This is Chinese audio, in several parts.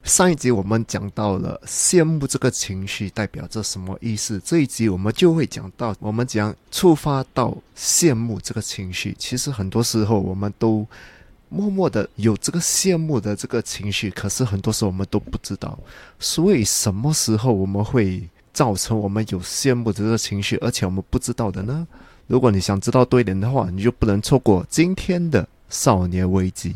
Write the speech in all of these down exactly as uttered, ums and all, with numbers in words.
上一集我们讲到了羡慕这个情绪代表着什么意思，这一集我们就会讲到我们怎样触发到羡慕这个情绪。其实很多时候我们都默默的有这个羡慕的这个情绪，可是很多时候我们都不知道，所以什么时候我们会造成我们有羡慕的这个情绪，而且我们不知道的呢？如果你想知道多一点的话，你就不能错过今天的少年危机。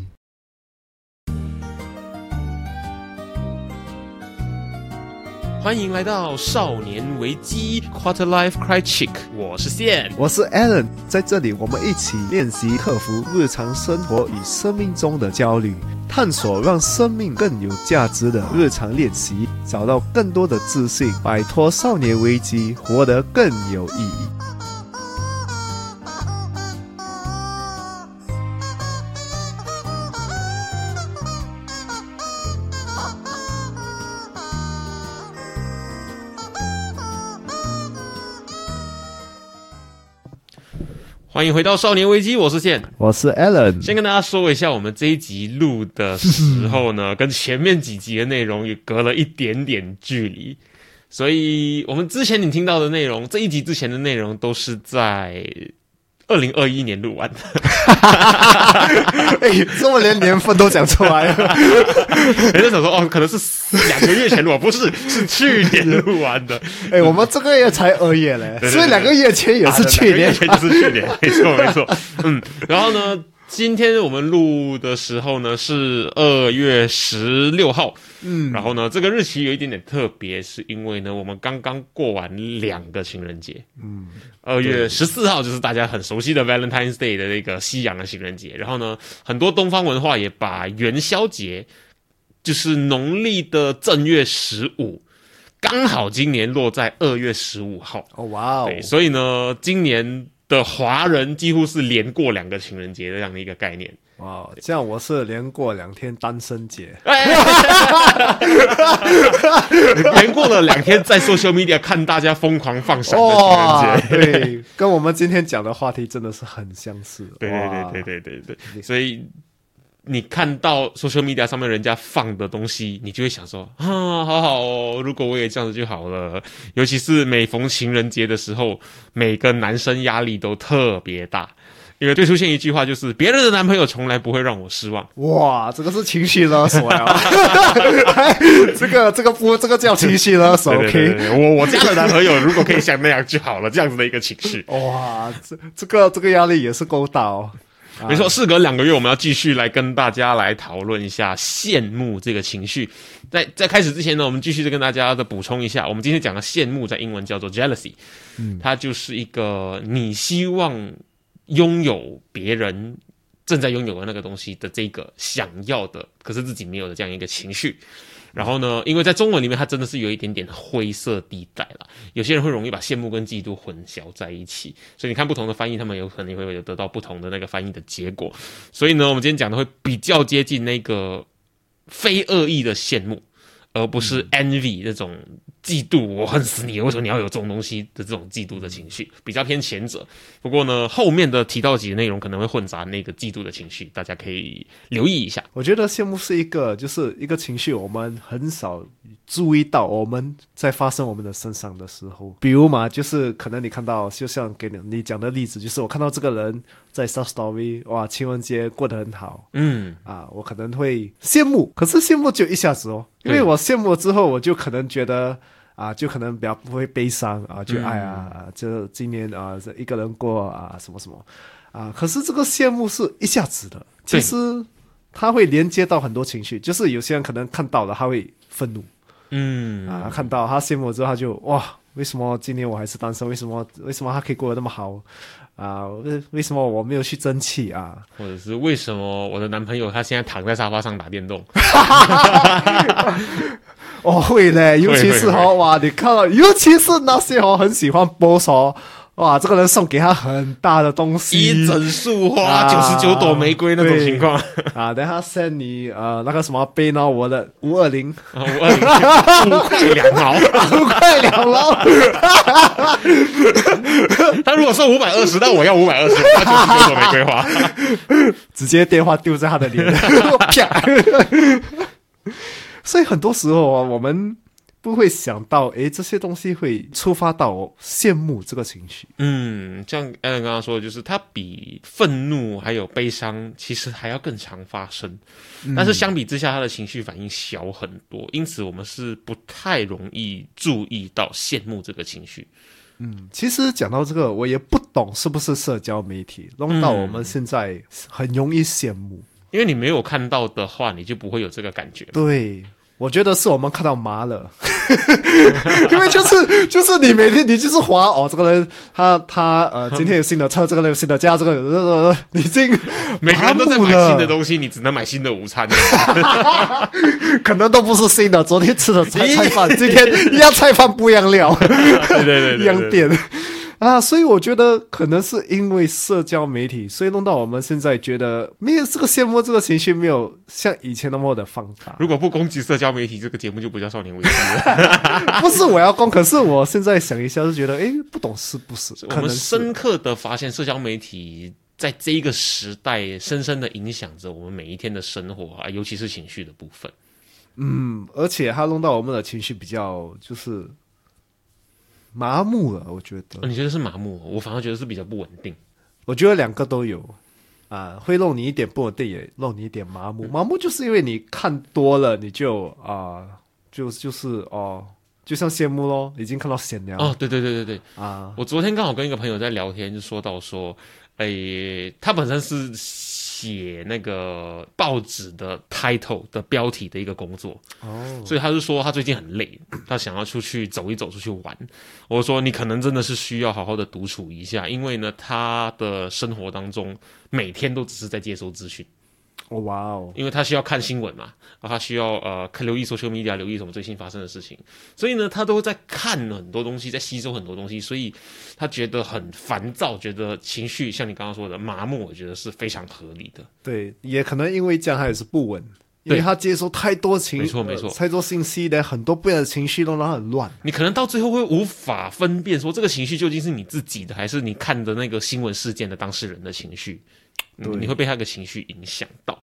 欢迎来到少年危机 Quarter Life Cry Chick， 我是宪， 我是 Alan， 在这里我们一起练习克服日常生活与生命中的焦虑，探索让生命更有价值的日常练习，找到更多的自信，摆脱少年危机，活得更有意义。 欢迎回到少年危机，我是宪， 我是 Alan。 先跟大家说一下，我们这一集录的时候呢跟前面几集的内容也隔了一点点距离，所以我们之前你听到的内容，这一集之前的内容都是在二零二一年录完的。 哎、欸，这么连年份都讲出来了。 人家想说哦，可能是两个月前录，不是，是去年录完的。 哎、欸，我们这个月才二月嘞，所以两个月前也是去年， 两个月前就是去年，没错没错。嗯，然后呢，今天我们录的时候呢是二月十六号，嗯，然后呢这个日期有一点点特别，是因为呢我们刚刚过完两个情人节，嗯，二月十四号就是大家很熟悉的 Valentine's Day 的那个西洋的情人节，然后呢很多东方文化也把元宵节，就是农历的正月十五，刚好今年落在二月十五号， 哦哇哦， 对，所以呢今年的华人几乎是连过两个情人节的这样的一个概念。 哇，这样我是连过两天单身节， 连过了两天在 social media 看大家疯狂放闪的情人节， 对，跟我们今天讲的话题真的是很相似。 对对对对对对对，所以你看到 social media 上面人家放的东西，你就会想说啊，好好哦，如果我也这样子就好了。尤其是每逢情人节的时候，每个男生压力都特别大，因为对出现一句话就是别人的男朋友从来不会让我失望。 哇，这个是情绪勒索呀！这个这个不，这个叫情绪勒索。 对对对对， okay? 我我家的男朋友如果可以像那样就好了，这样子的一个情绪。 哇，这这个这个压力也是够大哦。 没错，事隔两个月，我们要继续来跟大家来讨论一下羡慕这个情绪。在在开始之前呢，我们继续再跟大家的补充一下，我们今天讲的羡慕在英文叫做 jealousy，嗯，它就是一个你希望拥有别人正在拥有的那个东西的这个想要的，可是自己没有的这样一个情绪。然后呢，因为在中文里面它真的是有一点点灰色地带啦，有些人会容易把羡慕跟嫉妒混淆在一起，所以你看不同的翻译，他们有可能会有得到不同的那个翻译的结果。所以呢，我们今天讲的会比较接近那个非恶意的羡慕，而不是 envy 这种嫉妒，我恨死你，为什么你要有这种东西的这种嫉妒的情绪，比较偏前者。不过呢，后面的提到几个内容可能会混杂那个嫉妒的情绪，大家可以留意一下。 我觉得羡慕是一个就是一个情绪，我们很少注意到我们在发生我们的身上的时候，比如嘛，就是可能你看到，就像给你讲的例子，就是我看到这个人在 Star Story， 哇，情人节过得很好，嗯啊，我可能会羡慕，可是羡慕就一下子哦，因为我羡慕之后，我就可能觉得啊，就可能比较不会悲伤啊，就、嗯、哎呀，这今年啊，这一个人过啊，什么什么啊，可是这个羡慕是一下子的，其实它会连接到很多情绪，就是有些人可能看到了，他会愤怒，嗯啊，看到他羡慕之后，他就哇，为什么今年我还是单身？为什么为什么他可以过得那么好？啊，为什么我没有去争气啊？ 或者是为什么我的男朋友他现在躺在沙发上打电动？ 哦，会嘞，尤其是哦，哇，你看到，尤其是那些哦很喜欢 boss 哦，哇，这个人送给他很大的东西， 一整束花，九十九朵玫瑰那种情况啊，等下 send 你呃那个什么贝呢，我的五二零， 五二零，五块两毛， 五块两毛。 他如果送五百二十，但我要五百二十，他九十九朵玫瑰花， 直接电话丢在他的脸，啪。 所以很多时候啊，我们不会想到，诶，这些东西会触发到羡慕这个情绪。 嗯，像 Alan 刚刚说的，就是它比愤怒还有悲伤其实还要更常发生，嗯、但是相比之下，它的情绪反应小很多，因此我们是不太容易注意到羡慕这个情绪。 嗯，其实讲到这个，我也不懂是不是社交媒体弄到我们现在很容易羡慕、嗯， 因为你没有看到的话，你就不会有这个感觉。 对。我觉得是我们看到麻了，因为就是就是你每天你就是滑哦，这个人他他呃今天有新的车，这个人有新的家，这个呃你已经每个人都在买新的东西，你只能买新的午餐， 可能都不是新的，昨天吃的菜菜饭，今天一样菜饭不一样料， 对对 对, 对, 对， 一样店。啊，所以我觉得可能是因为社交媒体，所以弄到我们现在觉得没有这个羡慕这个情绪没有像以前那么的放大。 如果不攻击社交媒体，这个节目就不叫少年危机了。 不是我要攻，可是我现在想一下就觉得，哎，不懂是不是？ 我们深刻的发现，社交媒体在这一个时代深深的影响着我们每一天的生活啊，尤其是情绪的部分。 嗯，而且它弄到我们的情绪比较就是麻木了，我觉得、 哦。你觉得是麻木？我反而觉得是比较不稳定。 我觉得两个都有啊，会弄你一点不稳定，也弄你一点麻木。麻木就是因为你看多了，你就啊，就就是哦，就像羡慕咯，已经看到闲了。 哦，对对对对对啊！ 我昨天刚好跟一个朋友在聊天，就说到说，诶，他本身是写那个报纸的 title 的标题的一个工作，哦，所以他是说他最近很累，他想要出去走一走，出去玩。我说你可能真的是需要好好的独处一下，因为呢，他的生活当中每天都只是在接收资讯。 哦哇哦！ 因为他需要看新闻嘛，然后他需要呃留意 social media， 留意什么最新发生的事情，所以呢，他都在看很多东西，在吸收很多东西，所以他觉得很烦躁，觉得情绪像你刚刚说的麻木，我觉得是非常合理的。 对，也可能因为这样他也是不稳，因为他接收太多情， 没错没错， 太多信息的很多不一样的情绪，弄得他很乱。 你可能到最后会无法分辨说这个情绪究竟是你自己的，还是你看的那个新闻事件的当事人的情绪。嗯、你会被他的情绪影响到。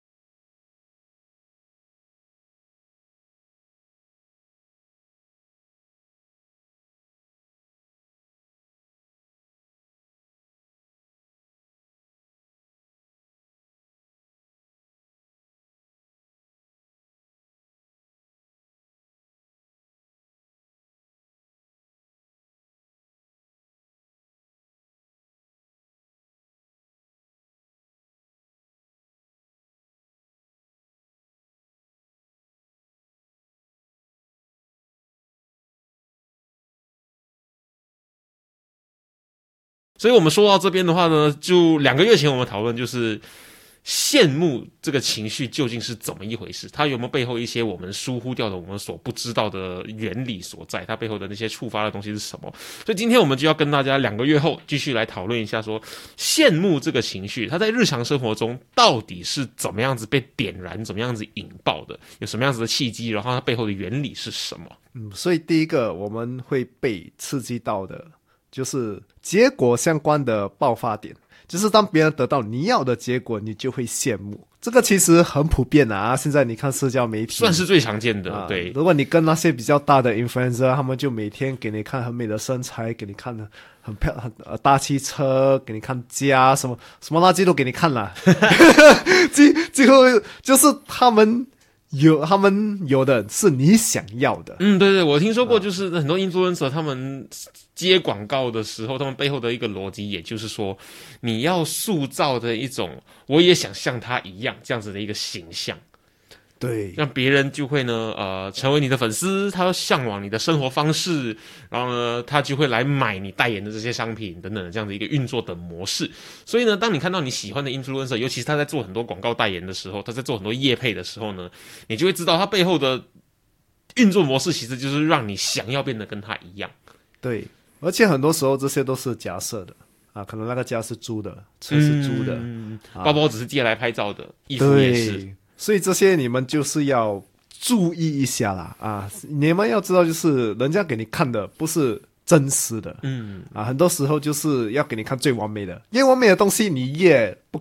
所以我们说到这边的话呢，就两个月前我们讨论就是羡慕这个情绪究竟是怎么一回事，它有没有背后一些我们疏忽掉的我们所不知道的原理所在，它背后的那些触发的东西是什么。所以今天我们就要跟大家两个月后继续来讨论一下说羡慕这个情绪它在日常生活中到底是怎么样子被点燃，怎么样子引爆的，有什么样子的契机，然后它背后的原理是什么。 嗯，所以第一个我们会被刺激到的就是结果相关的爆发点，就是当别人得到你要的结果，你就会羡慕。这个其实很普遍啊，现在你看社交媒体算是最常见的、 啊、 对。 如果你跟那些比较大的 influencer， 他们就每天给你看很美的身材，给你看很漂亮很大汽车，给你看家，什么什么垃圾都给你看了几几乎就是他们有他们有的是你想要的。 嗯，对对，我听说过，就是很多 influencer 他们接广告的时候，他们背后的一个逻辑，也就是说，你要塑造的一种，我也想像他一样这样子的一个形象。 对， 让别人就会呢，呃，成为你的粉丝，他向往你的生活方式，然后呢，他就会来买你代言的这些商品等等的这样的一个运作的模式。所以呢，当你看到你喜欢的 influencer， 尤其是他在做很多广告代言的时候，他在做很多业配的时候呢，你就会知道他背后的运作模式其实就是让你想要变得跟他一样。 对，而且很多时候这些都是假设的啊，可能那个家是租的，车是租的， 嗯啊、 包包只是借来拍照的，衣服也是。 所以这些你们就是要注意一下啦啊！你们要知道，就是人家给你看的不是真实的，嗯啊，很多时候就是要给你看最完美的，越完美的东西你越不可以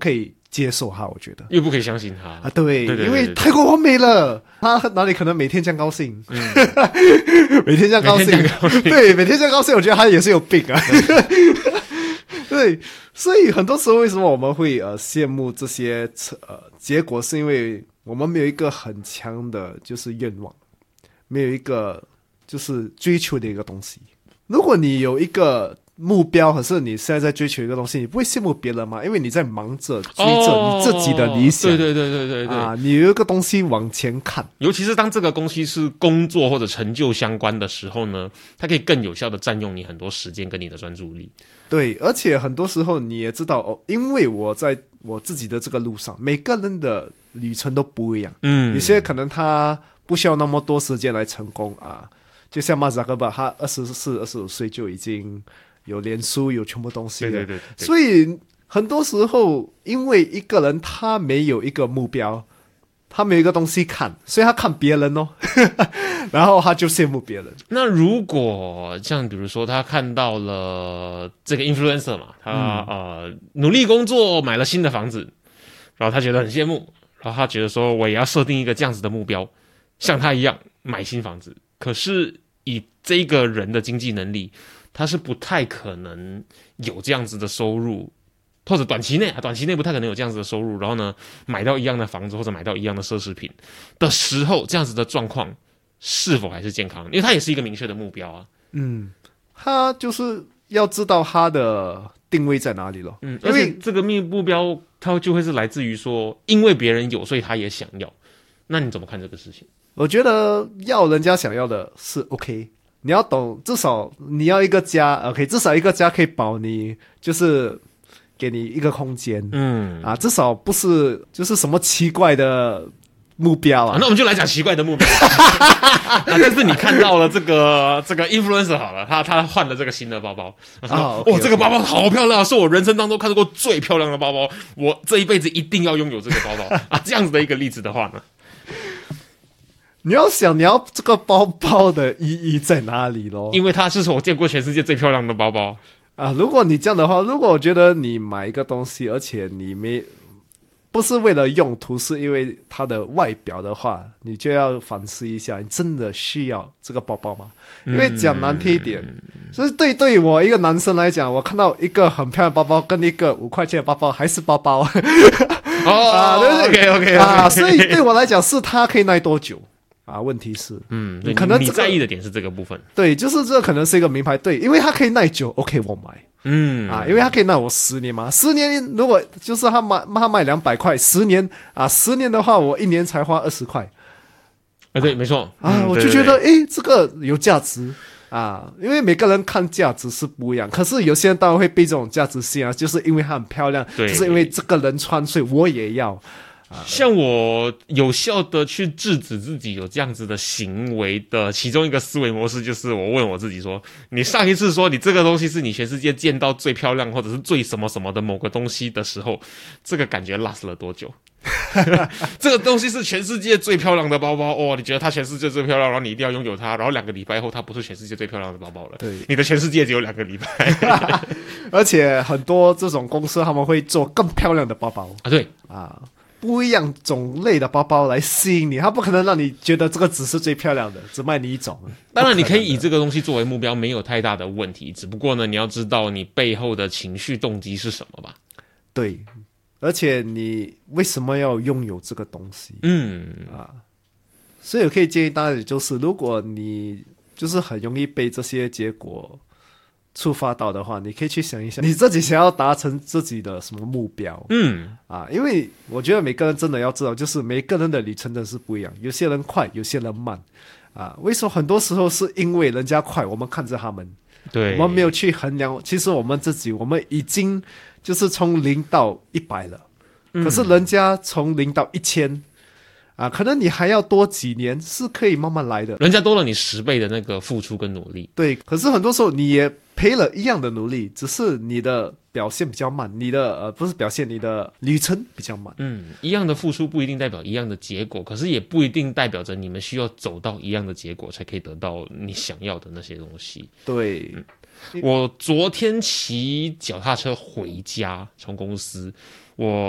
接受他，我觉得又不可以相信他啊，对， 对对对对因为太过完美了，他哪里可能每天这样高兴？嗯、每天这样高兴， 高兴对，每天这样高兴，我觉得他也是有病啊。对，所以很多时候为什么我们会呃羡慕这些呃结果，是因为我们没有一个很强的就是愿望，没有一个就是追求的一个东西。如果你有一个目标，可是你现在在追求一个东西，你不会羡慕别人吗？因为你在忙着追着你自己的理想。 哦、对对对对对对啊，你有一个东西往前看， 尤其是当这个东西是工作或者成就相关的时候呢，它可以更有效的占用你很多时间跟你的专注力。 对，而且很多时候你也知道哦，因为我在我自己的这个路上，每个人的旅程都不一样。嗯，有些可能他不需要那么多时间来成功啊，就像马扎克吧，他二十四、二十五岁就已经有脸书，有全部东西了。 对对 对, 对。 所以很多时候，因为一个人他没有一个目标，他没有一个东西看，所以他看别人哦，然后他就羡慕别人。 那如果像比如说他看到了这个 influencer 嘛，他、嗯、呃努力工作买了新的房子，然后他觉得很羡慕，然后他觉得说我也要设定一个这样子的目标，像他一样买新房子。可是以这个人的经济能力，他是不太可能有这样子的收入，或者短期内短期内不太可能有这样子的收入，然后呢买到一样的房子或者买到一样的奢侈品的时候，这样子的状况是否还是健康？因为它也是一个明确的目标啊。 嗯，他就是要知道他的定位在哪里咯。 嗯，因为这个目标它就会是来自于说，因为别人有，所以他也想要。那你怎么看这个事情？ 我觉得要人家想要的是 OK。你要懂，至少你要一个家 ，OK， 至少一个家可以保你，就是给你一个空间，嗯啊，至少不是就是什么奇怪的目标啊。 啊那我们就来讲奇怪的目标。啊，但是你看到了这个这个 influencer 好了，他他换了这个新的包包，他说、哦 okay, 哦，这个包包好漂亮，是我人生当中看到过最漂亮的包包，我这一辈子一定要拥有这个包包啊！这样子的一个例子的话呢？ 你要想，你要这个包包的意义在哪里咯？ 因为它是我见过全世界最漂亮的包包啊！如果你这样的话，如果我觉得你买一个东西，而且你没不是为了用途，是因为它的外表的话，你就要反思一下，你真的需要这个包包吗？因为讲难听一点，所以对对我一个男生来讲，我看到一个很漂亮的包包跟一个五块钱的包包，还是包包哦啊，对不对 ？OK OK 啊，所以对我来讲，是它可以耐多久？啊，问题是， 嗯，可能、这个、你在意的点是这个部分， 对，就是这可能是一个名牌，对，因为它可以耐久 ，OK， 我买，嗯，啊，因为它可以耐我十年嘛，十年如果就是他买他卖两百块，十年啊，十年的话，我一年才花二十块， 啊，对，没错， 啊， 嗯、 我就觉得，诶，这个有价值啊，因为每个人看价值是不一样，可是有些人当然会被这种价值吸引啊，就是因为它很漂亮，就是因为这个人穿，所以我也要。 像我有效的去制止自己有这样子的行为的其中一个思维模式，就是我问我自己说，你上一次说你这个东西是你全世界见到最漂亮或者是最什么什么的某个东西的时候，这个感觉 last 了多久？这个东西是全世界最漂亮的包包哦，你觉得它全世界最漂亮，然后你一定要拥有它，然后两个礼拜后它不是全世界最漂亮的包包了，对，你的全世界只有两个礼拜。 而且很多这种公司他们会做更漂亮的包包啊，对啊。不一样种类的包包来吸引你，它不可能让你觉得这个只是最漂亮的，只卖你一种。 当然，你可以以这个东西作为目标，没有太大的问题。只不过呢，你要知道你背后的情绪动机是什么吧？ 对，而且你为什么要拥有这个东西？嗯啊，所以我可以建议大家，就是如果你就是很容易被这些结果触发到的话，你可以去想一想，你自己想要达成自己的什么目标？嗯啊，因为我觉得每个人真的要知道，就是每个人的旅程真是不一样，有些人快，有些人慢啊。为什么很多时候是因为人家快，我们看着他们， 对， 我们没有去衡量，其实我们自己，我们已经就是从零到一百了，嗯，可是人家从零到一千。啊，可能你还要多几年，是可以慢慢来的。 人家多了你十倍的那个付出跟努力。 对，可是很多时候你也赔了一样的努力，只是你的表现比较慢，你的呃不是表现，你的旅程比较慢。 嗯，一样的付出不一定代表一样的结果，可是也不一定代表着你们需要走到一样的结果才可以得到你想要的那些东西。 对， 嗯，我昨天骑脚踏车回家，从公司我。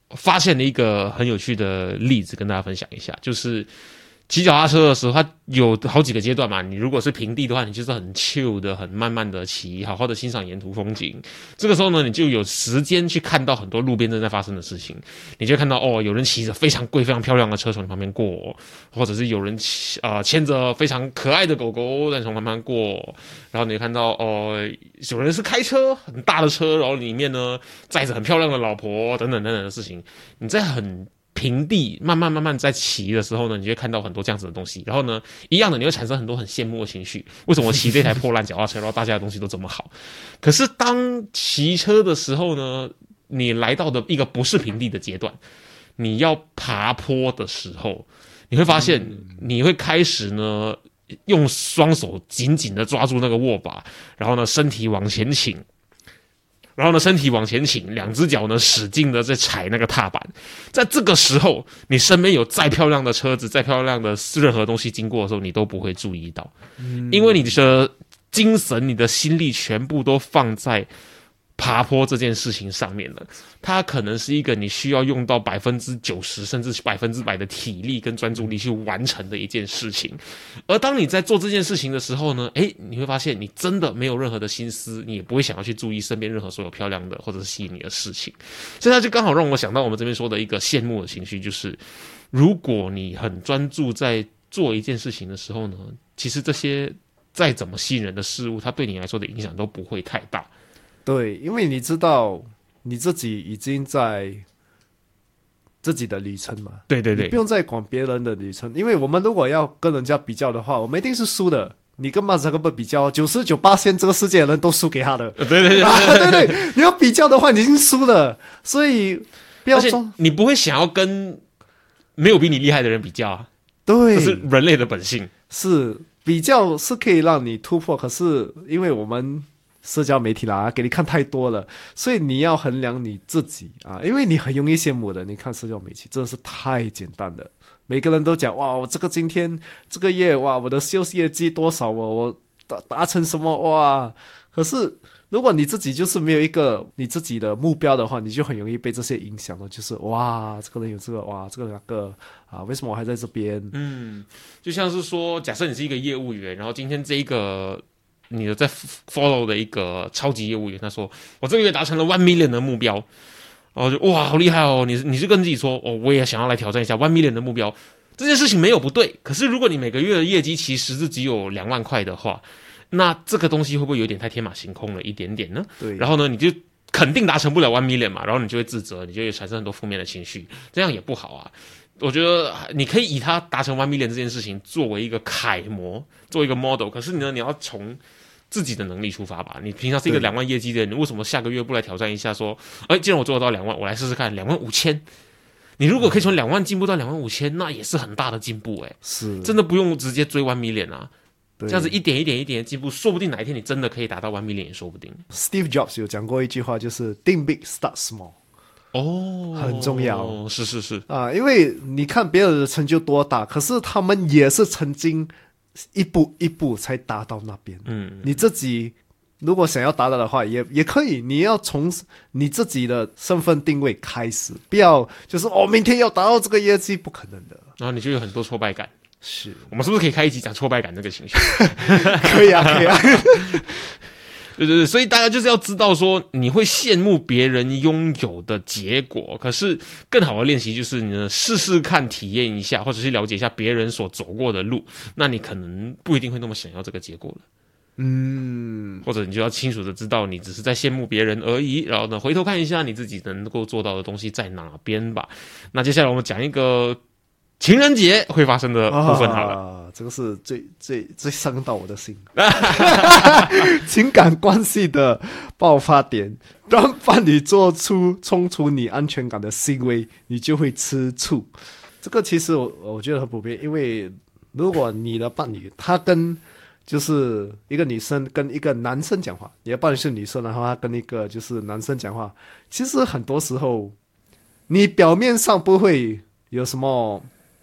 发现了一个很有趣的例子跟大家分享一下，就是骑脚踏车的时候，它有好几个阶段嘛。你如果是平地的话，你就是很 chill 的，很慢慢的骑，好好的欣赏沿途风景。这个时候呢，你就有时间去看到很多路边正在发生的事情。你就会看到哦，有人骑着非常贵、非常漂亮的车从你旁边过，或者是有人骑呃牵着非常可爱的狗狗在从旁边过。然后你会看到哦，有人是开车很大的车，然后里面呢载着很漂亮的老婆等等等等的事情。你在很平地慢慢慢慢在骑的时候呢，你就会看到很多这样子的东西，然后呢，一样的你会产生很多很羡慕的情绪。为什么我骑这台破烂脚踏车，然后大家的东西都这么好？可是当骑车的时候呢，你来到的一个不是平地的阶段，你要爬坡的时候，你会发现你会开始呢用双手紧紧的抓住那个握把，然后呢身体往前倾。然后呢，身体往前倾，两只脚呢使劲的在踩那个踏板。在这个时候，你身边有再漂亮的车子、再漂亮的任何东西经过的时候，你都不会注意到，嗯、因为你的精神、你的心力全部都放在爬坡这件事情上面了。它可能是一个你需要用到百分之九十甚至百分之百的体力跟专注力去完成的一件事情。而当你在做这件事情的时候呢，诶，你会发现你真的没有任何的心思，你也不会想要去注意身边任何所有漂亮的或者是吸引你的事情。所以它就刚好让我想到我们这边说的一个羡慕的情绪，就是如果你很专注在做一件事情的时候呢，其实这些再怎么吸引人的事物，它对你来说的影响都不会太大。 对，因为你知道你自己已经在自己的旅程嘛， 对对对， 你不用再管别人的旅程，因为我们如果要跟人家比较的话，我们一定是输的。你跟马斯克比较，九十九八千这个世界的人都输给他的， 对对对、 啊、对对，你要比较的话，你已经输了，所以不要说你不会想要跟没有比你厉害的人比较啊， 对， 这是人类的本性， 是比较是可以让你突破，可是因为我们社交媒体啦，给你看太多了，所以你要衡量你自己啊，因为你很容易羡慕的。你看社交媒体真的是太简单了，每个人都讲哇，我这个今天这个月哇，我的销售业绩多少，我我达达成什么哇？可是如果你自己就是没有一个你自己的目标的话，你就很容易被这些影响了。就是哇，这个人有这个哇，这个那个啊，为什么我还在这边？ 嗯，就像是说，假设你是一个业务员，然后今天这一个。你的在 follow 的一个超级业务员，他说我这个月达成了 one million 的目标，然后就哇好厉害哦！你你就跟自己说哦，我也想要来挑战一下 one million 的目标。这件事情没有不对，可是如果你每个月的业绩其实是只有两万块的话，那这个东西会不会有点太天马行空了一点点呢？ 对。 然后呢，你就肯定达成不了 one million 嘛，然后你就会自责，你就会产生很多负面的情绪，这样也不好啊。我觉得你可以以他达成 one million 这件事情作为一个楷模，作为一个 model。可是呢，你要从自己的能力出发吧。你平常是一个两万业绩的人，为什么下个月不来挑战一下？说，哎，既然我做得到两万，我来试试看两万五千。你如果可以从两万进步到两万五千，那也是很大的进步哎。 是， 真的不用直接追 one million 啊。这样子一点一点一点的进步，说不定哪一天你真的可以达到 one million 也说不定。 Steve Jobs 有讲过一句话，就是 Think big, start small。 哦， 很重要， 是是是啊，因为你看别人的成就多大，可是他们也是曾经一步一步才达到那边。嗯，你自己如果想要达到的话，也也可以，你要从你自己的身份定位开始，不要就是哦，明天要达到这个业绩，不可能的。 然后你就有很多挫败感。 是， 我们是不是可以开一集讲挫败感这个情绪？ 可以啊，可以啊。 对对对，所以大家就是要知道说，你会羡慕别人拥有的结果，可是更好的练习就是你呢试试看，体验一下，或者是了解一下别人所走过的路，那你可能不一定会那么想要这个结果了。嗯，或者你就要清楚的知道，你只是在羡慕别人而已，然后呢，回头看一下你自己能够做到的东西在哪边吧。那接下来我们讲一个情人节会发生的部分好了， 啊、这个是最最最伤到我的心，情感关系的爆发点。当伴侣做出冲突你安全感的行为，你就会吃醋。这个其实我我觉得很普遍，因为如果你的伴侣他跟就是一个女生跟一个男生讲话，你的伴侣是女生，然后他跟一个就是男生讲话，其实很多时候你表面上不会有什么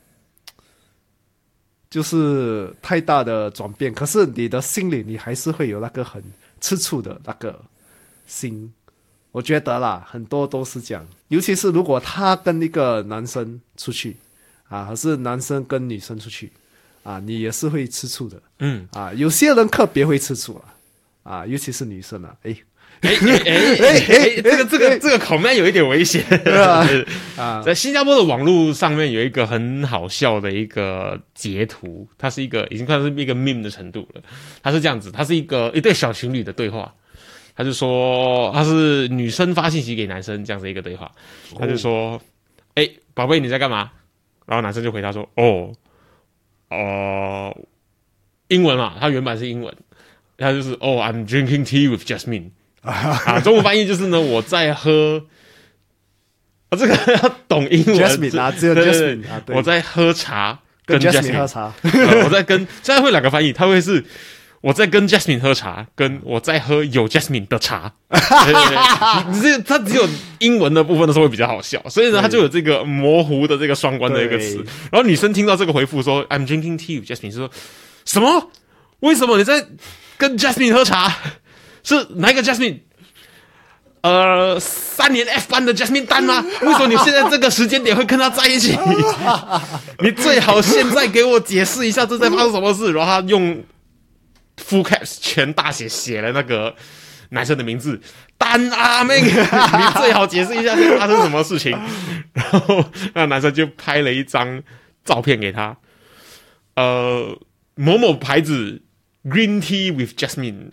就是太大的转变，可是你的心里你还是会有那个很吃醋的那个心。 我觉得啦，很多都是这样，尤其是如果他跟一个男生出去啊，还是男生跟女生出去啊，你也是会吃醋的。 嗯啊，有些人特别会吃醋啊，啊，尤其是女生啊，哎。 哎哎哎哎，这个这个这个 comment 有一点危险啊！在新加坡的网络上面有一个很好笑的一个截图，它是一个已经算是一个 meme 的程度了。它是这样子，它是一个一对小情侣的对话。他就说，他是女生发信息给男生这样子一个对话。他就说：“哎、欸，宝贝，你在干嘛？”然后男生就回答说：“哦，哦、呃，英文嘛，他原版是英文，他就是哦 ，I'm drinking tea with Jasmine。”啊，中文翻译就是呢，我在喝啊，这个要懂英文 ，Jasmine 啊，只有 Jasmine 啊， 我在喝茶， 跟 Jasmine 喝茶， 呃、我在跟现在会两个翻译，他会是我在跟 Jasmine 喝茶，跟我在喝有 Jasmine 的茶，对对对，你这他只有英文的部分的时候会比较好笑，所以呢，他就有这个模糊的这个双关的一个词。然后女生听到这个回复说 "I'm drinking tea with Jasmine"， 是说什么？为什么你在跟 Jasmine 喝茶？是哪一个 Jasmine？ 呃，三年 F 班的 Jasmine 丹吗？为什么你现在这个时间点会跟他在一起？你最好现在给我解释一下这在发生什么事。然后他用 full caps 全大写写了那个男生的名字丹阿明，你最好解释一下现在发生什么事情。然后那男生就拍了一张照片给他，呃，某某牌子。Green tea with Jasmine，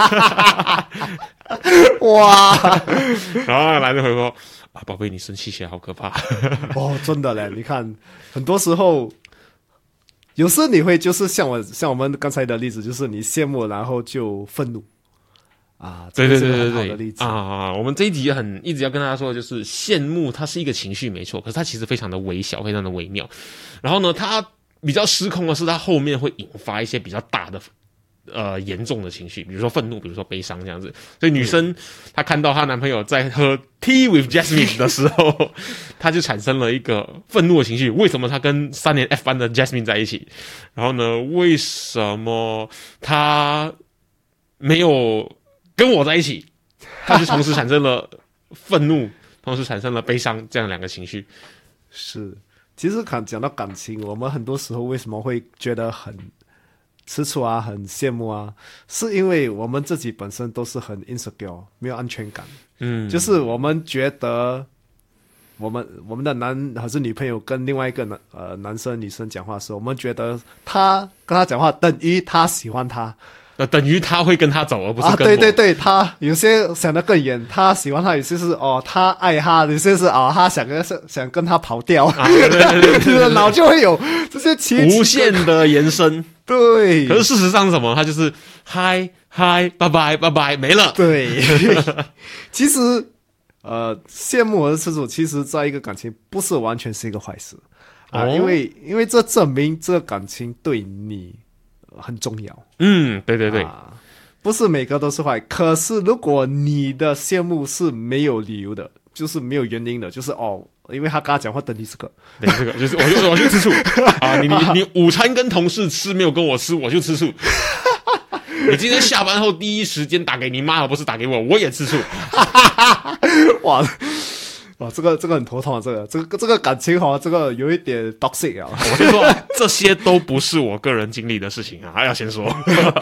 哇！ 然后男生回说：“啊，宝贝，你生气起来好可怕。” 哦，真的嘞！你看，很多时候，有时你会就是像我像我们刚才的例子，就是你羡慕，然后就愤怒啊。 对对对对对， 好的例子啊！我们这一集很一直要跟大家说的就是，羡慕它是一个情绪没错，可是它其实非常的微小，非常的微妙。然后呢，它比较失控的是，它后面会引发一些比较大的。呃，严重的情绪，比如说愤怒，比如说悲伤这样子。所以女生她看到她男朋友在喝 tea with Jasmine 的时候，她就产生了一个愤怒的情绪。为什么她跟三年 F 班的 Jasmine 在一起？然后呢，为什么她没有跟我在一起？她就同时产生了愤怒，同时产生了悲伤这样两个情绪。 是，其实看讲到感情，我们很多时候为什么会觉得很吃醋啊，很羡慕啊，是因为我们自己本身都是很 insecure， 没有安全感。嗯，就是我们觉得我们我们的男还是女朋友跟另外一个男呃男生女生讲话的时候，我们觉得他跟他讲话等于他喜欢他。 呃，等于他会跟他走，而不是跟我。 啊，对对对，他有些想得更远，他喜欢他，有些是哦，他爱他，有些是哦，他想跟想跟他跑掉，啊、对对对对对对脑就会有这些奇无限的延伸。 对， 可是事实上是什么？他就是嗨嗨，拜拜拜拜，没了。 对，其实呃，羡慕和吃醋，其实在一个感情不是完全是一个坏事啊、哦，因为因为这证明这个感情对你。很重要， 嗯，对对对、啊， 不是每个都是坏。可是如果你的羡慕是没有理由的，就是没有原因的，就是哦，因为他跟他讲话等你这个， 等这个，就是我就我就吃醋啊！你你你午餐跟同事吃没有跟我吃，我就吃醋。你今天下班后第一时间打给你妈，而不是打给我，我也吃醋。 哇！哇，这个这个很头痛啊！这个这个这个感情哈，这个有一点 toxic 啊！ 我先说，这些都不是我个人经历的事情啊，还要先说。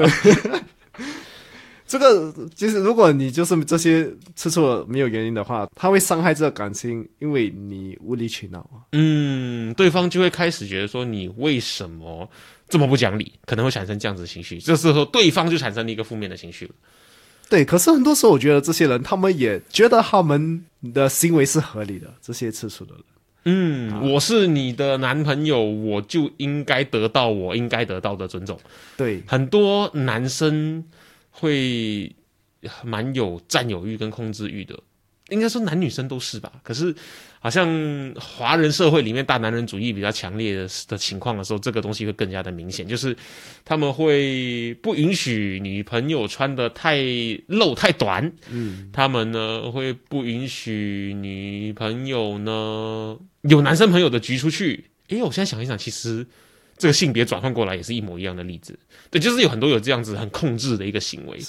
这个其实，如果你就是这些吃醋没有原因的话，它会伤害这个感情，因为你无理取闹啊。 嗯，对方就会开始觉得说你为什么这么不讲理，可能会产生这样子的情绪。这时候对方就产生了一个负面的情绪了。 对，可是很多时候我觉得这些人，他们也觉得他们的行为是合理的，这些吃醋的人。 嗯、啊，我是你的男朋友，我就应该得到我应该得到的尊重。 对， 很多男生会蛮有占有欲跟控制欲的，应该说男女生都是吧。可是好像华人社会里面大男人主义比较强烈 的, 的情况的时候，这个东西会更加的明显，就是他们会不允许女朋友穿得太露太短，嗯，他们呢会不允许女朋友呢有男生朋友的局出去。诶，我现在想一想，其实这个性别转换过来也是一模一样的例子。对，就是有很多有这样子很控制的一个行为。 是，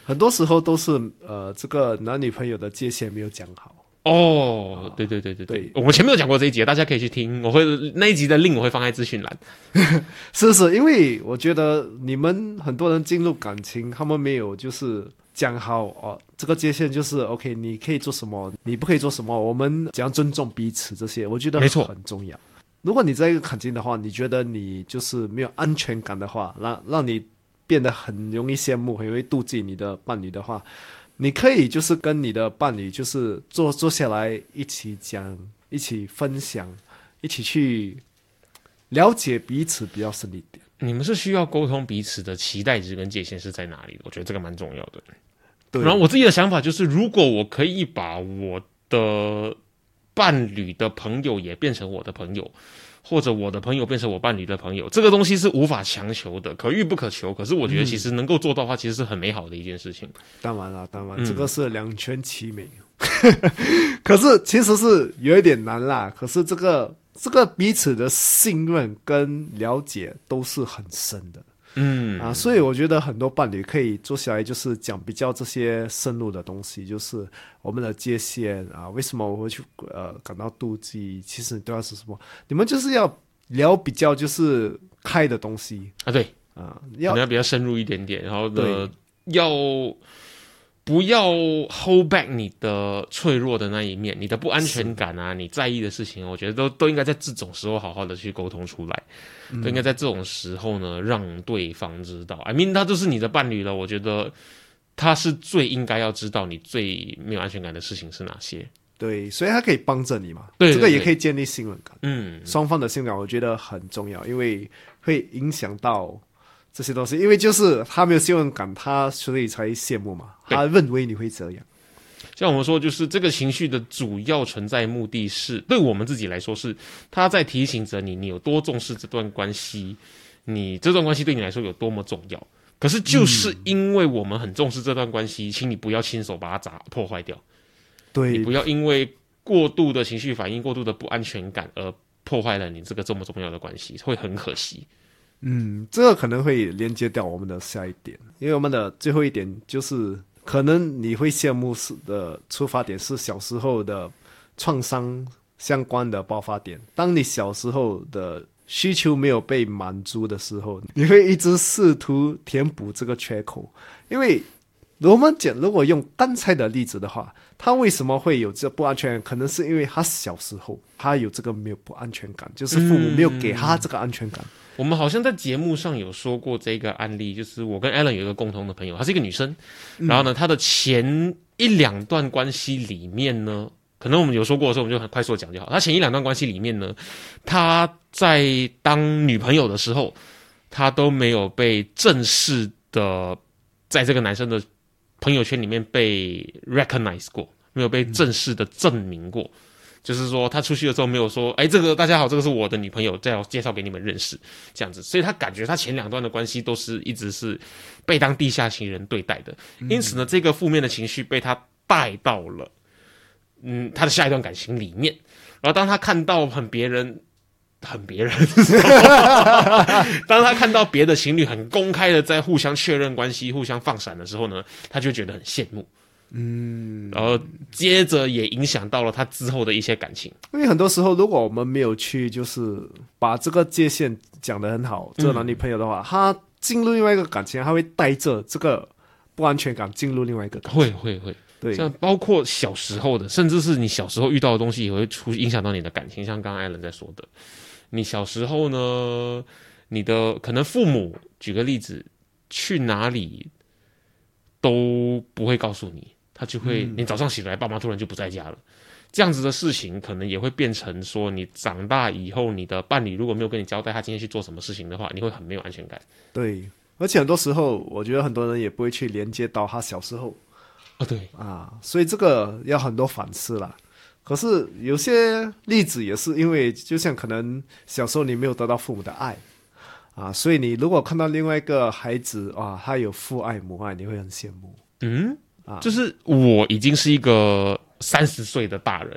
很多时候都是呃，这个男女朋友的界限没有讲好。 哦，对对对对对，我们前面有讲过这一集，大家可以去听，我会那一集的 link 我会放在资讯栏。 是是，因为我觉得你们很多人进入感情，他们没有就是讲好哦，这个界限就是 OK， 你可以做什么，你不可以做什么，我们怎样尊重彼此，这些我觉得很重要。如果你在一个感情的话，你觉得你就是没有安全感的话，让让你变得很容易羡慕，很容易妒忌你的伴侣的话，你可以就是跟你的伴侣就是坐坐下来一起讲，一起分享，一起去了解彼此比较深一点。 你们是需要沟通彼此的期待值跟界限是在哪里的，我觉得这个蛮重要的。 对。 然后我自己的想法就是，如果我可以把我的伴侣的朋友也变成我的朋友，或者我的朋友变成我伴侣的朋友，这个东西是无法强求的，可遇不可求。可是我觉得其实能够做到的话，其实是很美好的一件事情。 当然了，当然、嗯、这个是两全其美。可是其实是有一点难啦。可是这个这个彼此的信任跟了解都是很深的。嗯啊，所以我觉得很多伴侣可以坐下来，就是讲比较这些深入的东西，就是我们的界限啊，为什么我会去呃感到妒忌？其实你对他是什么？你们就是要聊比较就是开的东西啊，对啊， 要要比较深入一点点，然后呢，要不要 hold back 你的脆弱的那一面，你的不安全感啊，你在意的事情，我觉得都都应该在这种时候好好的去沟通出来。嗯、都应该在这种时候呢，让对方知道。I mean， 他就是你的伴侣了，我觉得他是最应该要知道你最没有安全感的事情是哪些。 对，所以他可以帮着你嘛。 对， 这个也可以建立信任感。 嗯， 双方的信任感我觉得很重要，因为会影响到这些东西。因为就是他没有信任感，他所以才羡慕嘛。他认为你会这样。 像我们说，就是这个情绪的主要存在目的是，对我们自己来说是，他在提醒着你，你有多重视这段关系，你这段关系对你来说有多么重要。可是就是因为我们很重视这段关系，请你不要亲手把它砸破坏掉。 对， 你不要因为过度的情绪反应、过度的不安全感而破坏了你这个这么重要的关系，会很可惜。 嗯，这个可能会连接掉我们的下一点，因为我们的最后一点就是。可能你会羡慕的出发点是小时候的创伤相关的爆发点。当你小时候的需求没有被满足的时候，你会一直试图填补这个缺口。因为我们讲，如果用刚才的例子的话，他为什么会有这不安全感？可能是因为他小时候他有这个没有不安全感，就是父母没有给他这个安全感。嗯， 我们好像在节目上有说过这个案例，就是我跟 Alan 有一个共同的朋友，她是一个女生，然后呢，她的前一两段关系里面呢，可能我们有说过的时候，我们就很快速的讲就好。她前一两段关系里面呢，她在当女朋友的时候，她都没有被正式的在这个男生的朋友圈里面被 recognize 过，没有被正式的证明过。嗯，就是说他出去的时候没有说，哎，这个大家好，这个是我的女朋友，再要介绍给你们认识，这样子。所以他感觉他前两段的关系都是一直是被当地下情人对待的，因此呢，这个负面的情绪被他带到了嗯他的下一段感情里面。然后当他看到很别人很别人当他看到别的情侣很公开的在互相确认关系、互相放闪的时候呢，他就会觉得很羡慕。嗯，然后接着也影响到了他之后的一些感情。 因为很多时候，如果我们没有去就是把这个界限讲得很好，这个男女朋友的话，嗯，他进入另外一个感情，他会带着这个不安全感进入另外一个感情。 会会会， 对， 像包括小时候的，甚至是你小时候遇到的东西，也会出影响到你的感情。像刚刚艾伦在说的，你小时候呢，你的可能父母，举个例子，去哪里都不会告诉你。他就会，你早上起来，爸妈突然就不在家了，这样子的事情，可能也会变成说，你长大以后，你的伴侣如果没有跟你交代他今天去做什么事情的话，你会很没有安全感。 对，而且很多时候，我觉得很多人也不会去连接到他小时候。 哦，对啊，所以这个要很多反思啦。可是有些例子也是因为，就像可能小时候你没有得到父母的爱啊，所以你如果看到另外一个孩子啊，他有父爱母爱，你会很羡慕。 嗯。就是我已经是一个三十岁的大人，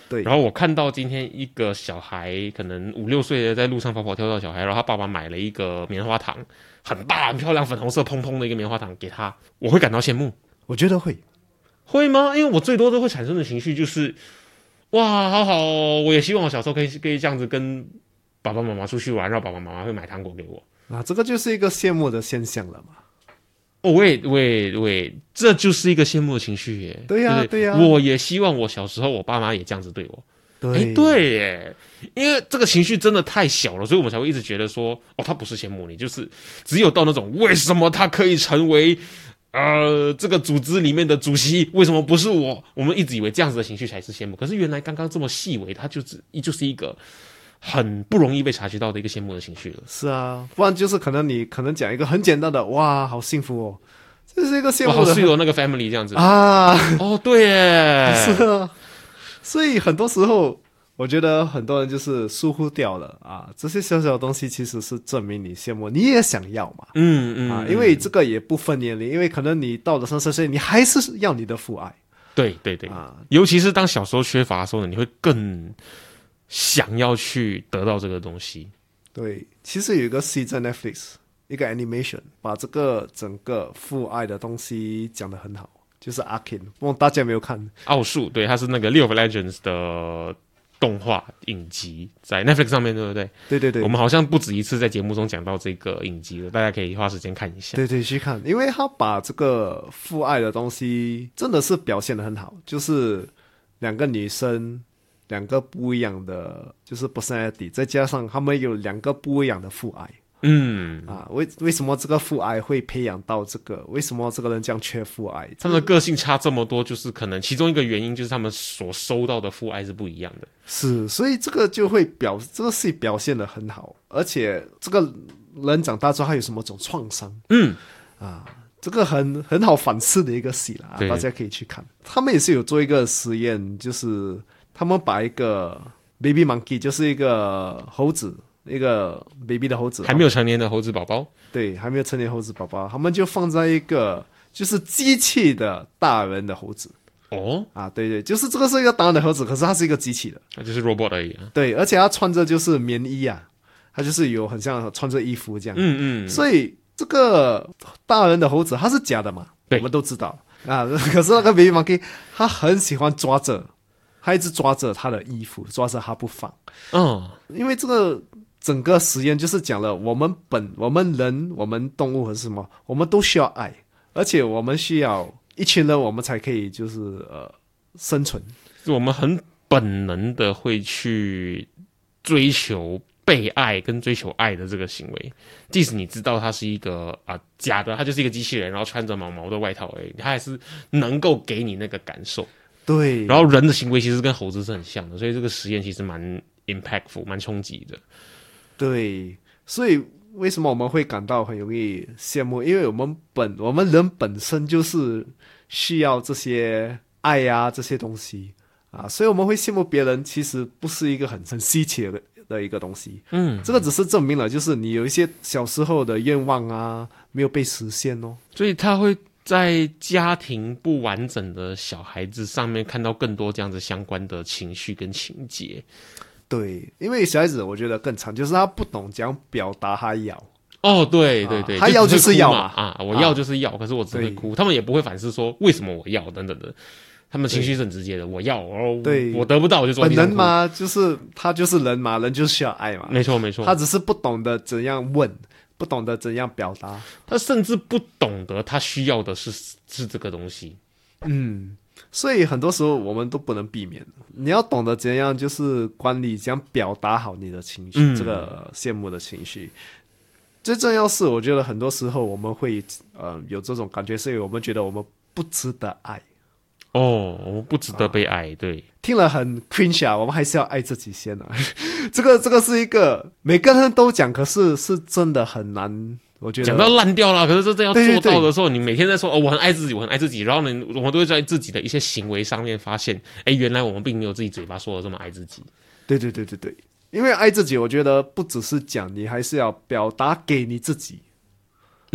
对， 然后我看到今天一个小孩，可能五六岁的在路上跑跑跳跳的小孩，然后他爸爸买了一个棉花糖，很大很漂亮粉红色蓬蓬的一个棉花糖给他，我会感到羡慕。 我觉得会会吗？因为我最多都会产生的情绪就是，哇，好好哦，我也希望我小时候可以可以这样子跟爸爸妈妈出去玩，然后爸爸妈妈会买糖果给我啊，这个就是一个羡慕的现象了嘛。 哦，喂喂喂，这就是一个羡慕的情绪耶。 对呀、啊、对呀、啊， 我也希望我小时候我爸妈也这样子对我。 对， 对耶，因为这个情绪真的太小了，所以我们才会一直觉得说，哦，他不是羡慕你，就是只有到那种为什么他可以成为呃这个组织里面的主席，为什么不是我？我们一直以为这样子的情绪才是羡慕，可是原来刚刚这么细微，它就是就是一个很不容易被察觉到的一个羡慕的情绪了。 是啊，不然就是可能你可能讲一个很简单的，哇，好幸福哦，这是一个羡慕的， 哇，好是有那个 family 这样子啊。 哦，对耶， 是啊。所以很多时候，我觉得很多人就是疏忽掉了啊，这些小小的东西其实是证明你羡慕，你也想要嘛， 嗯嗯啊，因为这个也不分年龄，因为可能你到了三十岁，你还是要你的父爱， 对对对啊， 尤其是当小时候缺乏的时候呢，你会更想要去得到这个东西。 对，其实有一个戏在 Netflix， 一个 animation， 把这个整个父爱的东西讲得很好。就是 Arcane， 不知道大家有没有看？ 奥数，对，它是那个 League of Legends 的动画影集，在 Netflix 上面，对不对？ 对对对， 我们好像不止一次在节目中讲到这个影集了，大家可以花时间看一下。 对对，去看，因为他把这个父爱的东西真的是表现得很好，就是两个女生，两个不一样的，就是 personality， 再加上他们有两个不一样的父爱。 嗯啊，为为什么这个父爱会培养到这个？为什么这个人这样缺父爱？ 他们的个性差这么多，就是可能其中一个原因就是他们所收到的父爱是不一样的。 是，所以这个就会表这个戏表现得很好，而且这个人长大之后他有什么种创伤？ 嗯啊，这个很很好反思的一个戏啦，大家可以去看。他们也是有做一个实验，就是他们把一个 baby monkey， 就是一个猴子。一个 baby 的猴子， 还没有成年的猴子宝宝， 对，还没有成年猴子宝宝，他们就放在一个就是机器的大人的猴子。 哦， 啊，对对，就是这个是一个大人的猴子，可是它是一个机器的， 那就是 robot 而已啊。 对，而且它穿着就是棉衣啊，它就是有很像穿着衣服这样。 嗯嗯， 所以这个大人的猴子它是假的嘛，我们都知道啊。可是那个 baby monkey 他很喜欢抓着，他一直抓着他的衣服，抓着他不放。 嗯， 因为这个。整个实验就是讲了，我们本我们人、我们动物和什么，我们都需要爱，而且我们需要一群人，我们才可以就是呃生存。 我们很本能的会去追求被爱跟追求爱的这个行为，即使你知道它是一个啊、呃、假的，它就是一个机器人，然后穿着毛毛的外套而已，它还是能够给你那个感受。 对， 然后人的行为其实跟猴子是很像的，所以这个实验其实蛮 impactful， 蛮冲击的。 对，所以为什么我们会感到很容易羡慕？因为我们本我们人本身就是需要这些爱呀、啊、这些东西啊，所以我们会羡慕别人，其实不是一个很很稀奇的的一个东西。 嗯， 这个只是证明了，就是你有一些小时候的愿望啊，没有被实现哦。 所以他会在家庭不完整的小孩子上面看到更多这样子相关的情绪跟情节。 对，因为小孩子我觉得更惨，就是他不懂怎样表达他要。 哦，对对对， 啊、他要就是要嘛啊，我要就是要，啊、可是我只会哭，他们也不会反思说为什么我要等等的，他们情绪是很直接的，我要，哦， 对， 我得不到我就做。 本能嘛，就是他就是人嘛，人就是需要爱嘛， 没错没错， 他只是不懂得怎样问，不懂得怎样表达， 他甚至不懂得他需要的是是这个东西， 嗯。所以很多时候我们都不能避免，你要懂得怎样就是管理，怎样表达好你的情绪，嗯、这个羡慕的情绪。最重要是，我觉得很多时候我们会呃有这种感觉，是因为我们觉得我们不值得爱。 哦，我们不值得被爱，啊、对。 听了很 cringe 啊，我们还是要爱自己先啊。这个这个是一个每个人都讲，可是是真的很难。我觉得讲到烂掉了，可是真正要做到的时候，对对对，你每天在说哦，我很爱自己，我很爱自己，然后呢，我们都会在自己的一些行为上面发现，哎，原来我们并没有自己嘴巴说的这么爱自己。 对对对对对，因为爱自己，我觉得不只是讲，你还是要表达给你自己。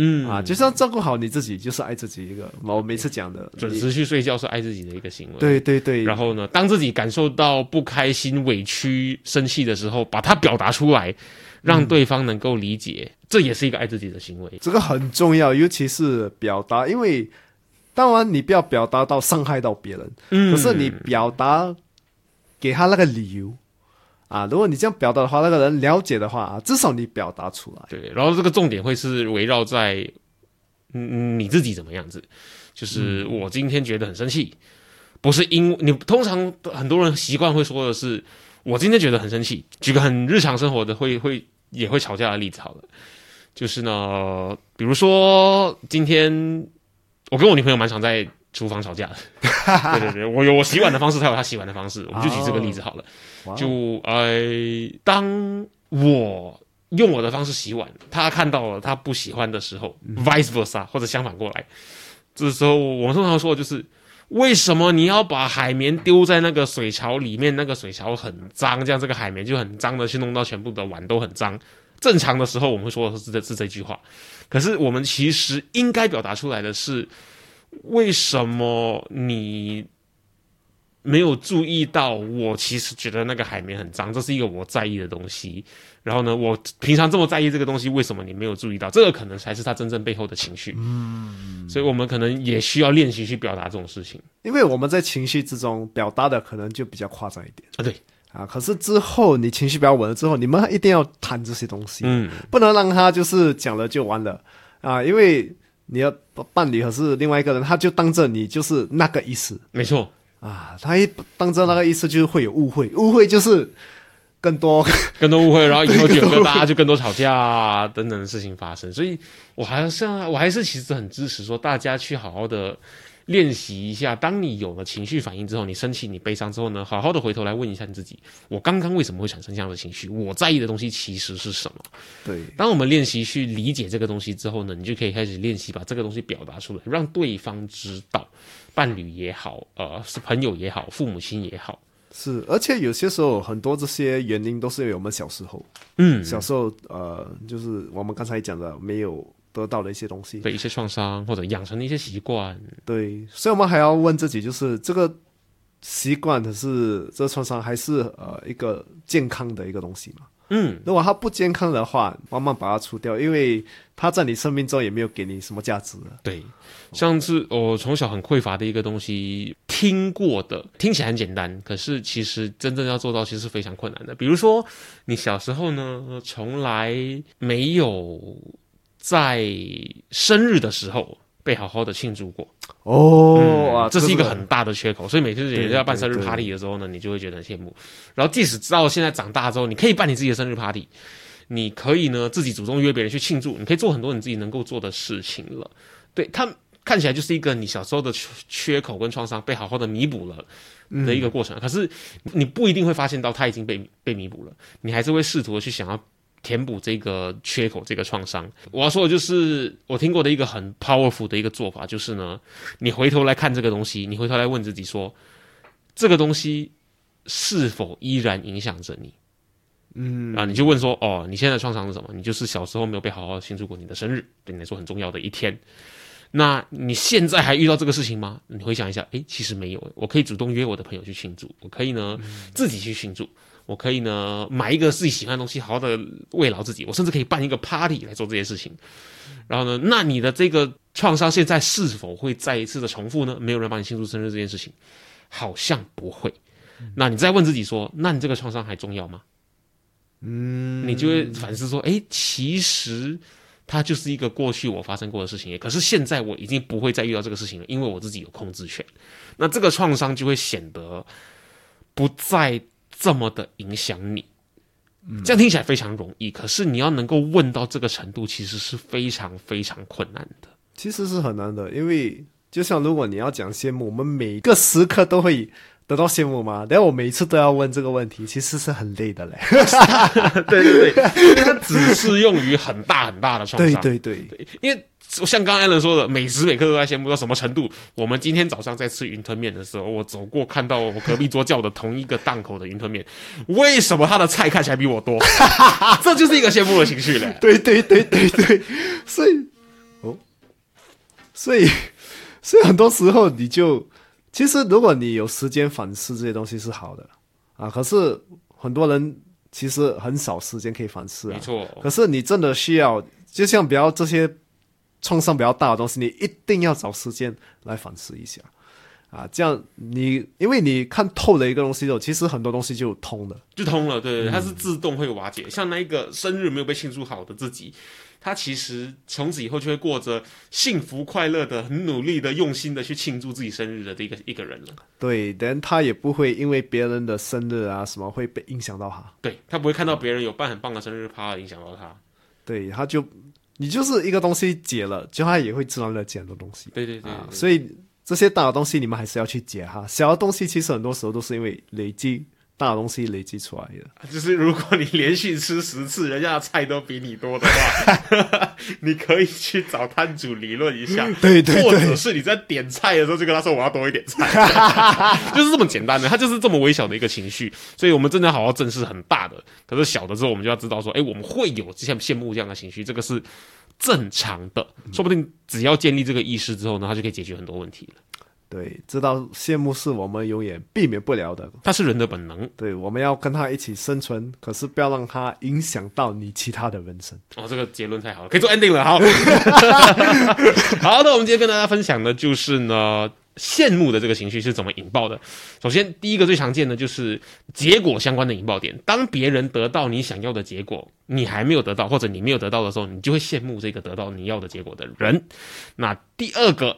嗯啊，就是要照顾好你自己，就是爱自己一个。我每次讲的， 准时去睡觉是爱自己的一个行为。 对对对。 然后呢，当自己感受到不开心、委屈、生气的时候，把它表达出来，让对方能够理解，嗯、这也是一个爱自己的行为。 这个很重要，尤其是表达，因为当然你不要表达到伤害到别人，嗯，可是你表达给他那个理由。啊，如果你这样表达的话，那个人了解的话啊，至少你表达出来。 对，然后这个重点会是围绕在嗯你自己怎么样子，就是我今天觉得很生气，不是因你通常很多人习惯会说的是我今天觉得很生气。举个很日常生活的会会也会吵架的例子好了，就是呢，比如说今天我跟我女朋友蛮常在厨房吵架的，对对对，我有我洗碗的方式，她有她洗碗的方式，我们就举这个例子好了。Oh. 就呃，当我用我的方式洗碗，她看到了她不喜欢的时候、嗯、，vice versa， 或者相反过来，这时候我们通常说的就是，为什么你要把海绵丢在那个水槽里面？那个水槽很脏，这样这个海绵就很脏的去弄到全部的碗都很脏。正常的时候我们会说的是这是这句话，可是我们其实应该表达出来的是。为什么你没有注意到我其实觉得那个海绵很脏，这是一个我在意的东西，然后呢我平常这么在意这个东西，为什么你没有注意到？这个可能才是他真正背后的情绪。嗯，所以我们可能也需要练习去表达这种事情， 因为我们在情绪之中表达的可能就比较夸张一点啊。对啊，可是之后你情绪比较稳了之后，你们一定要谈这些东西，嗯，不能让他就是讲了就完了啊，因为你的伴侣或是另外一个人，他就当着你就是那个意思， 没错啊，他一当着那个意思，就会有误会，误会就是更多更多误会，然后以后就跟大家就更多吵架啊等等的事情发生。所以我还是我还是其实很支持说大家去好好的练习一下，当你有了情绪反应之后，你生气你悲伤之后呢，好好的回头来问一下你自己，我刚刚为什么会产生这样的情绪，我在意的东西其实是什么。 对， 当我们练习去理解这个东西之后呢，你就可以开始练习把这个东西表达出来，让对方知道，伴侣也好，呃，是朋友也好，父母亲也好。 是，而且有些时候很多这些原因都是因为我们小时候，嗯，小时候呃，就是我们刚才讲的没有得到的一些东西， 对一些创伤或者养成的一些习惯， 对，所以我们还要问自己，就是这个习惯可是这个创伤还是呃一个健康的一个东西嘛？嗯，如果它不健康的话，慢慢把它除掉，因为它在你生命中也没有给你什么价值了。 对，像是我从小很匮乏的一个东西，听过的听起来很简单，可是其实真正要做到其实是非常困难的。比如说你小时候呢，从来没有在生日的时候被好好的庆祝过哦、嗯啊，这是一个很大的缺口，所以每次人家要办生日 party 的时候呢，你就会觉得很羡慕。然后即使到现在长大之后，你可以办你自己的生日 party， 你可以呢自己主动约别人去庆祝，你可以做很多你自己能够做的事情了。对，它看起来就是一个你小时候的缺口跟创伤被好好的弥补了的一个过程、嗯、可是你不一定会发现到它已经被被弥补了，你还是会试图的去想要填补这个缺口，这个创伤。我要说的就是我听过的一个很 powerful 的一个做法，就是呢，你回头来看这个东西，你回头来问自己说，这个东西是否依然影响着你？嗯，啊，你就问说，哦，你现在的创伤是什么？你就是小时候没有被好好庆祝过你的生日，对你来说很重要的一天。那你现在还遇到这个事情吗？你回想一下，诶，其实没有，我可以主动约我的朋友去庆祝，我可以呢、嗯、自己去庆祝。我可以呢买一个自己喜欢的东西，好好的慰劳自己。我甚至可以办一个 party 来做这些事情。然后呢，那你的这个创伤现在是否会再一次的重复呢？没有人帮你庆祝生日这件事情，好像不会。那你再问自己说，那你这个创伤还重要吗？嗯，你就会反思说，诶，其实它就是一个过去我发生过的事情，可是现在我已经不会再遇到这个事情了，因为我自己有控制权。那这个创伤就会显得不再这么的影响你，这样听起来非常容易，可是你要能够问到这个程度，其实是非常非常困难的。 其实是很难的，因为就像如果你要讲羡慕，我们每个时刻都会得到羡慕吗？但我每次都要问这个问题，其实是很累的嘞。 对对对，因为它只适用于很大很大的创伤。 对对 对, 对，因为像刚刚 Alan 说的，每时每刻都在羡慕到什么程度。我们今天早上在吃云吞面的时候，我走过看到我隔壁桌叫的同一个档口的云吞面，为什么他的菜看起来比我多？这就是一个羡慕的情绪嘞。 对对对对对，所以哦，所以所以很多时候你就其实如果你有时间反思这些东西是好的啊，可是很多人其实很少时间可以反思啊， 没错。 可是你真的需要，就像比较这些创伤比较大的东西，你一定要找时间来反思一下啊，这样你因为你看透了一个东西之后，其实很多东西就通了， 就通了，对对对，它是自动会瓦解。嗯、像那一个生日没有被庆祝好的自己，他其实从此以后就会过着幸福快乐的、很努力的、用心的去庆祝自己生日的一个一个人了。 对，但他也不会因为别人的生日啊什么会被影响到他。 对，他不会看到别人有办很棒的生日趴影响到他。 对，他就你就是一个东西解了，就他也会自然的解很多东西。 对对 对, 对, 对、 啊，所以这些大的东西你们还是要去解哈，小的东西其实很多时候都是因为累积。大的东西累积出来的， 就是如果你连续吃十次，人家的菜都比你多的话，你可以去找摊主理论一下， 对对对， 或者是你在点菜的时候就跟他说我要多一点菜，就是这么简单的，它就是这么微小的一个情绪，所以我们真的要好好正视很大的，可是小的时候我们就要知道说，哎，我们会有像羡慕这样的情绪，这个是正常的，说不定只要建立这个意识之后呢，它就可以解决很多问题了。 对，知道羡慕是我们永远避免不了的， 它是人的本能。 对，我们要跟他一起生存，可是不要让它影响到你其他的人生。 哦，这个结论太好了，可以做 ending 了。好，好的，我们今天跟大家分享的就是呢，羡慕的这个情绪是怎么引爆的。首先，第一个最常见的就是结果相关的引爆点。当别人得到你想要的结果，你还没有得到，或者你没有得到的时候，你就会羡慕这个得到你要的结果的人。那第二个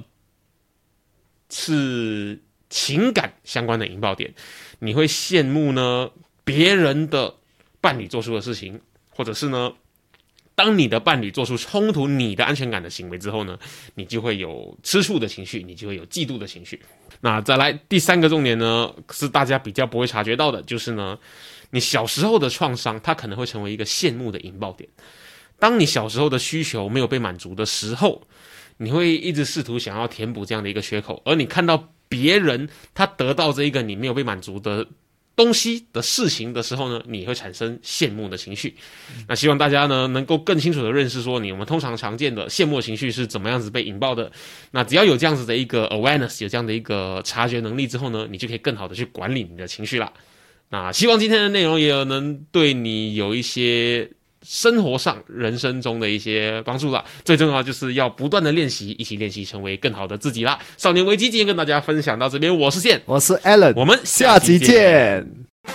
是情感相关的引爆点，你会羡慕呢别人的伴侣做出的事情，或者是呢，当你的伴侣做出冲突你的安全感的行为之后呢，你就会有吃醋的情绪，你就会有嫉妒的情绪。那再来第三个重点呢，是大家比较不会察觉到的，就是呢，你小时候的创伤，它可能会成为一个羡慕的引爆点。当你小时候的需求没有被满足的时候，你会一直试图想要填补这样的一个缺口，而你看到别人他得到这一个你没有被满足的东西的事情的时候呢，你会产生羡慕的情绪。那希望大家呢能够更清楚的认识说，你我们通常常见的羡慕的情绪是怎么样子被引爆的。那只要有这样子的一个 awareness， 有这样的一个察觉能力之后呢，你就可以更好的去管理你的情绪啦。那希望今天的内容也能对你有一些生活上人生中的一些帮助啦，最重要就是要不断的练习，一起练习成为更好的自己啦。少年危机今天跟大家分享到这边，我是宪， 我是 Alan， 我们下集见。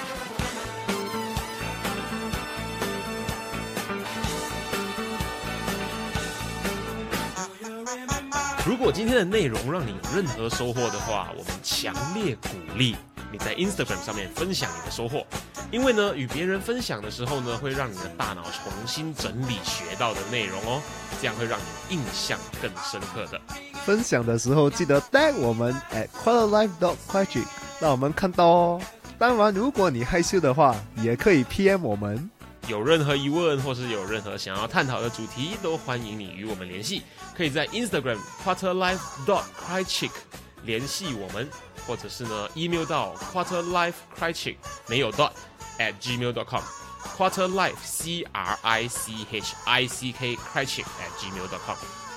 如果今天的内容让你有任何收获的话，我们强烈鼓励你在 Instagram 上面分享你的收获，因为呢，与别人分享的时候呢，会让你的大脑重新整理学到的内容哦，这样会让你印象更深刻的。 分享的时候记得 tag 我们 at quarterlife dot critic， 让我们看到哦。当然，如果你害羞的话，也可以 P M 我们。 有任何疑问或是有任何想要探讨的主题，都欢迎你与我们联系，可以在 Instagram quarterlife dot critic 联系我们。或者是呢 email 到 quarterlifecritic 没有 dot at gmail dot com quarterlife c r i c h i c k critic at gmail dot com